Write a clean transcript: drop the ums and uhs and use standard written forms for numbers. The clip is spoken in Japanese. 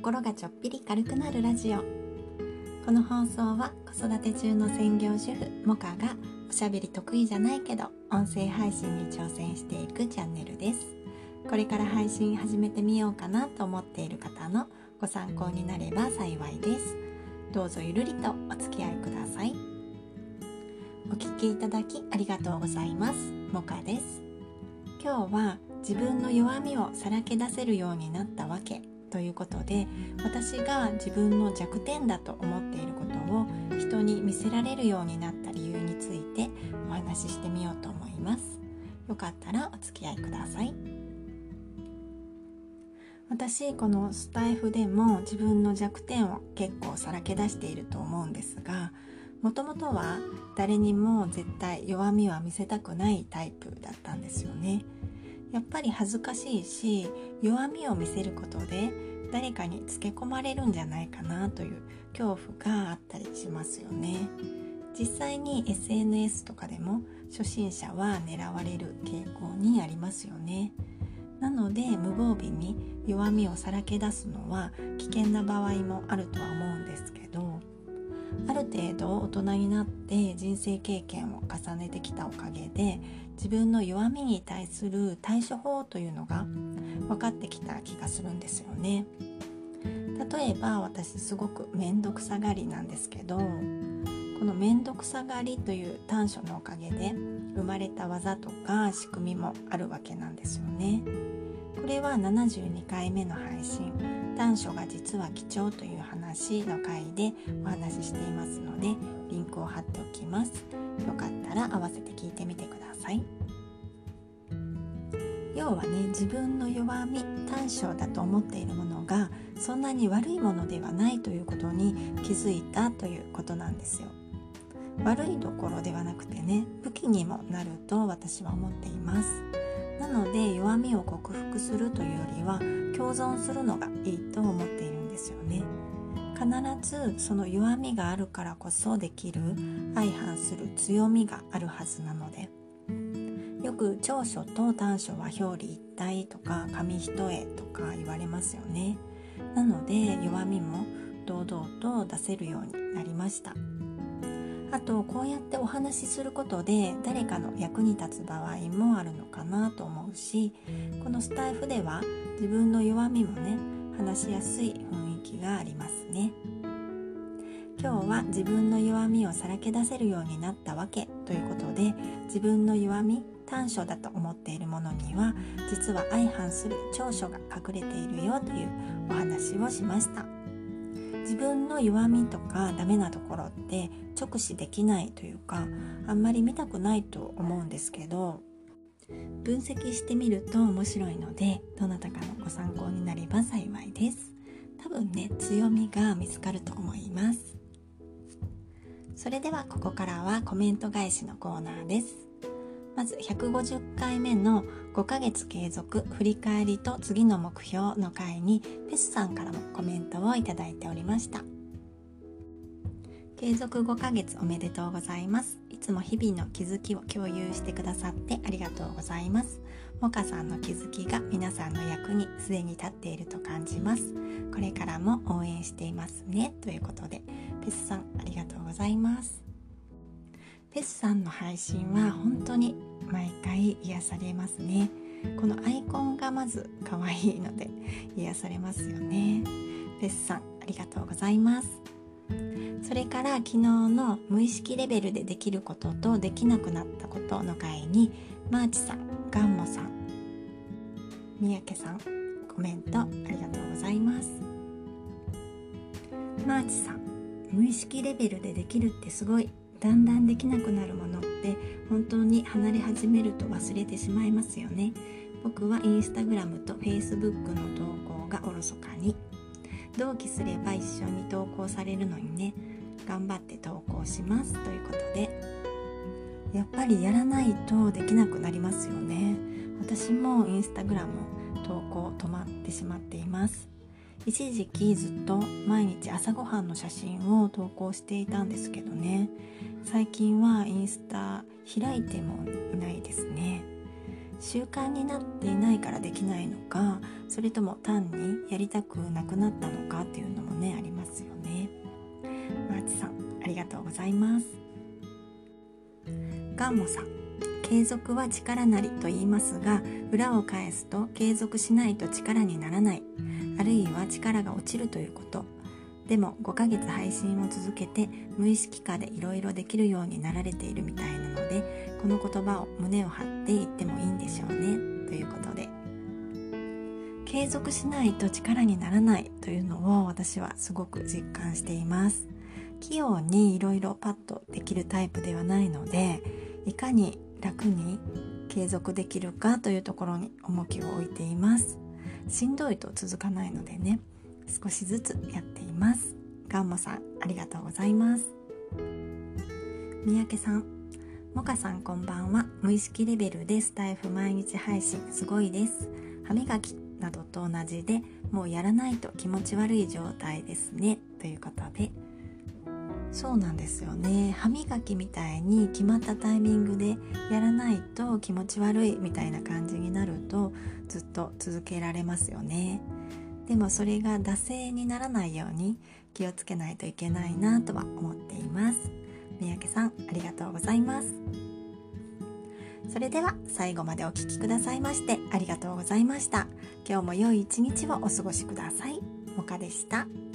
心がちょっぴり軽くなるラジオ。この放送は子育て中の専業主婦モカがおしゃべり得意じゃないけど音声配信に挑戦していくチャンネルです。これから配信始めてみようかなと思っている方のご参考になれば幸いです。どうぞゆるりとお付き合いください。お聞きいただきありがとうございます。モカです。今日は自分の弱みをさらけ出せるようになったわけということで、私が自分の弱点だと思っていることを人に見せられるようになった理由についてお話ししてみようと思います。よかったらお付き合いください。私このスタイフでも自分の弱点を結構さらけ出していると思うんですが、もともとは誰にも絶対弱みは見せたくないタイプだったんですよね。やっぱり恥ずかしいし、弱みを見せることで誰かにつけ込まれるんじゃないかなという恐怖があったりしますよね。実際に SNS とかでも初心者は狙われる傾向にありますよね。なので無防備に弱みをさらけ出すのは危険な場合もあるとは思うんですけど、ある程度大人になって人生経験を重ねてきたおかげで自分の弱みに対する対処法というのが分かってきた気がするんですよね。例えば私すごくめんどくさがりなんですけど、このめんどくさがりという短所のおかげで生まれた技とか仕組みもあるわけなんですよね。これは72回目の配信、短所が実は貴重という話の回でお話ししていますので、リンクを貼っておきます。よかったら合わせて聞いてみてください。要はね、自分の弱み、短所だと思っているものがそんなに悪いものではないということに気づいたということなんですよ。悪いところではなくてね、武器にもなると私は思っています。なので弱みを克服するというよりは共存するのがいいと思っているんですよね。必ずその弱みがあるからこそできる相反する強みがあるはずなので、よく長所と短所は表裏一体とか紙一重とか言われますよね。なので弱みも堂々と出せるようになりました。あとこうやってお話しすることで誰かの役に立つ場合もあるのかなと思うし、このスタイフでは自分の弱みもね、話しやすい雰囲気がありますね。今日は自分の弱みをさらけ出せるようになったわけということで、自分の弱み、短所だと思っているものには実は相反する長所が隠れているよというお話をしました。自分の弱みとかダメなところって直視できないというか、あんまり見たくないと思うんですけど、分析してみると面白いので、どなたかのご参考になれば幸いです。多分ね、強みが見つかると思います。それではここからはコメント返しのコーナーです。まず150回目の5ヶ月継続振り返りと次の目標の回にペスさんからもコメントをいただいておりました。継続5ヶ月おめでとうございます。いつも日々の気づきを共有してくださってありがとうございます。モカさんの気づきが皆さんの役にすでに立っていると感じます。これからも応援していますね、ということでペスさんありがとうございます。ペスさんの配信は本当に毎回癒されますね。このアイコンがまず可愛いので癒されますよね。ペスさんありがとうございます。それから昨日の無意識レベルでできることとできなくなったことの回にマーチさん、ガンモさん、三宅さんコメントありがとうございます。マーチさん、無意識レベルでできるってすごい。だんだんできなくなるものって本当に離れ始めると忘れてしまいますよね。僕はインスタグラムとフェイスブックの投稿がおろそかに、同期すれば一緒に投稿されるのにね、頑張って投稿しますということで、やっぱりやらないとできなくなりますよね。私もインスタグラム投稿止まってしまっています。一時期ずっと毎日朝ごはんの写真を投稿していたんですけどね、最近はインスタ開いてもいないですね。 習慣になっていないからできないのか、それとも単にやりたくなくなったのかっていうのもねありますよね。マーチさんありがとうございます。ガンモさん、継続は力なりと言いますが、裏を返すと継続しないと力にならない、あるいは力が落ちるということ。でも5ヶ月配信を続けて無意識化でいろいろできるようになられているみたいなので、この言葉を胸を張って言ってもいいんでしょうねということで、継続しないと力にならないというのを私はすごく実感しています。器用にいろいろパッとできるタイプではないので、いかに楽に継続できるかというところに重きを置いています。しんどいと続かないのでね、少しずつやっています。ガンモさんありがとうございます。三宅さん、モカさんこんばんは。無意識レベルでスタイフ毎日配信すごいです。歯磨きなどと同じで、もうやらないと気持ち悪い状態ですねということで、そうなんですよね。歯磨きみたいに決まったタイミングでやらないと気持ち悪いみたいな感じになるとずっと続けられますよね。でもそれが惰性にならないように気をつけないといけないなとは思っています。三宅さんありがとうございます。それでは最後までお聞きくださいましてありがとうございました。今日も良い一日をお過ごしください。もかでした。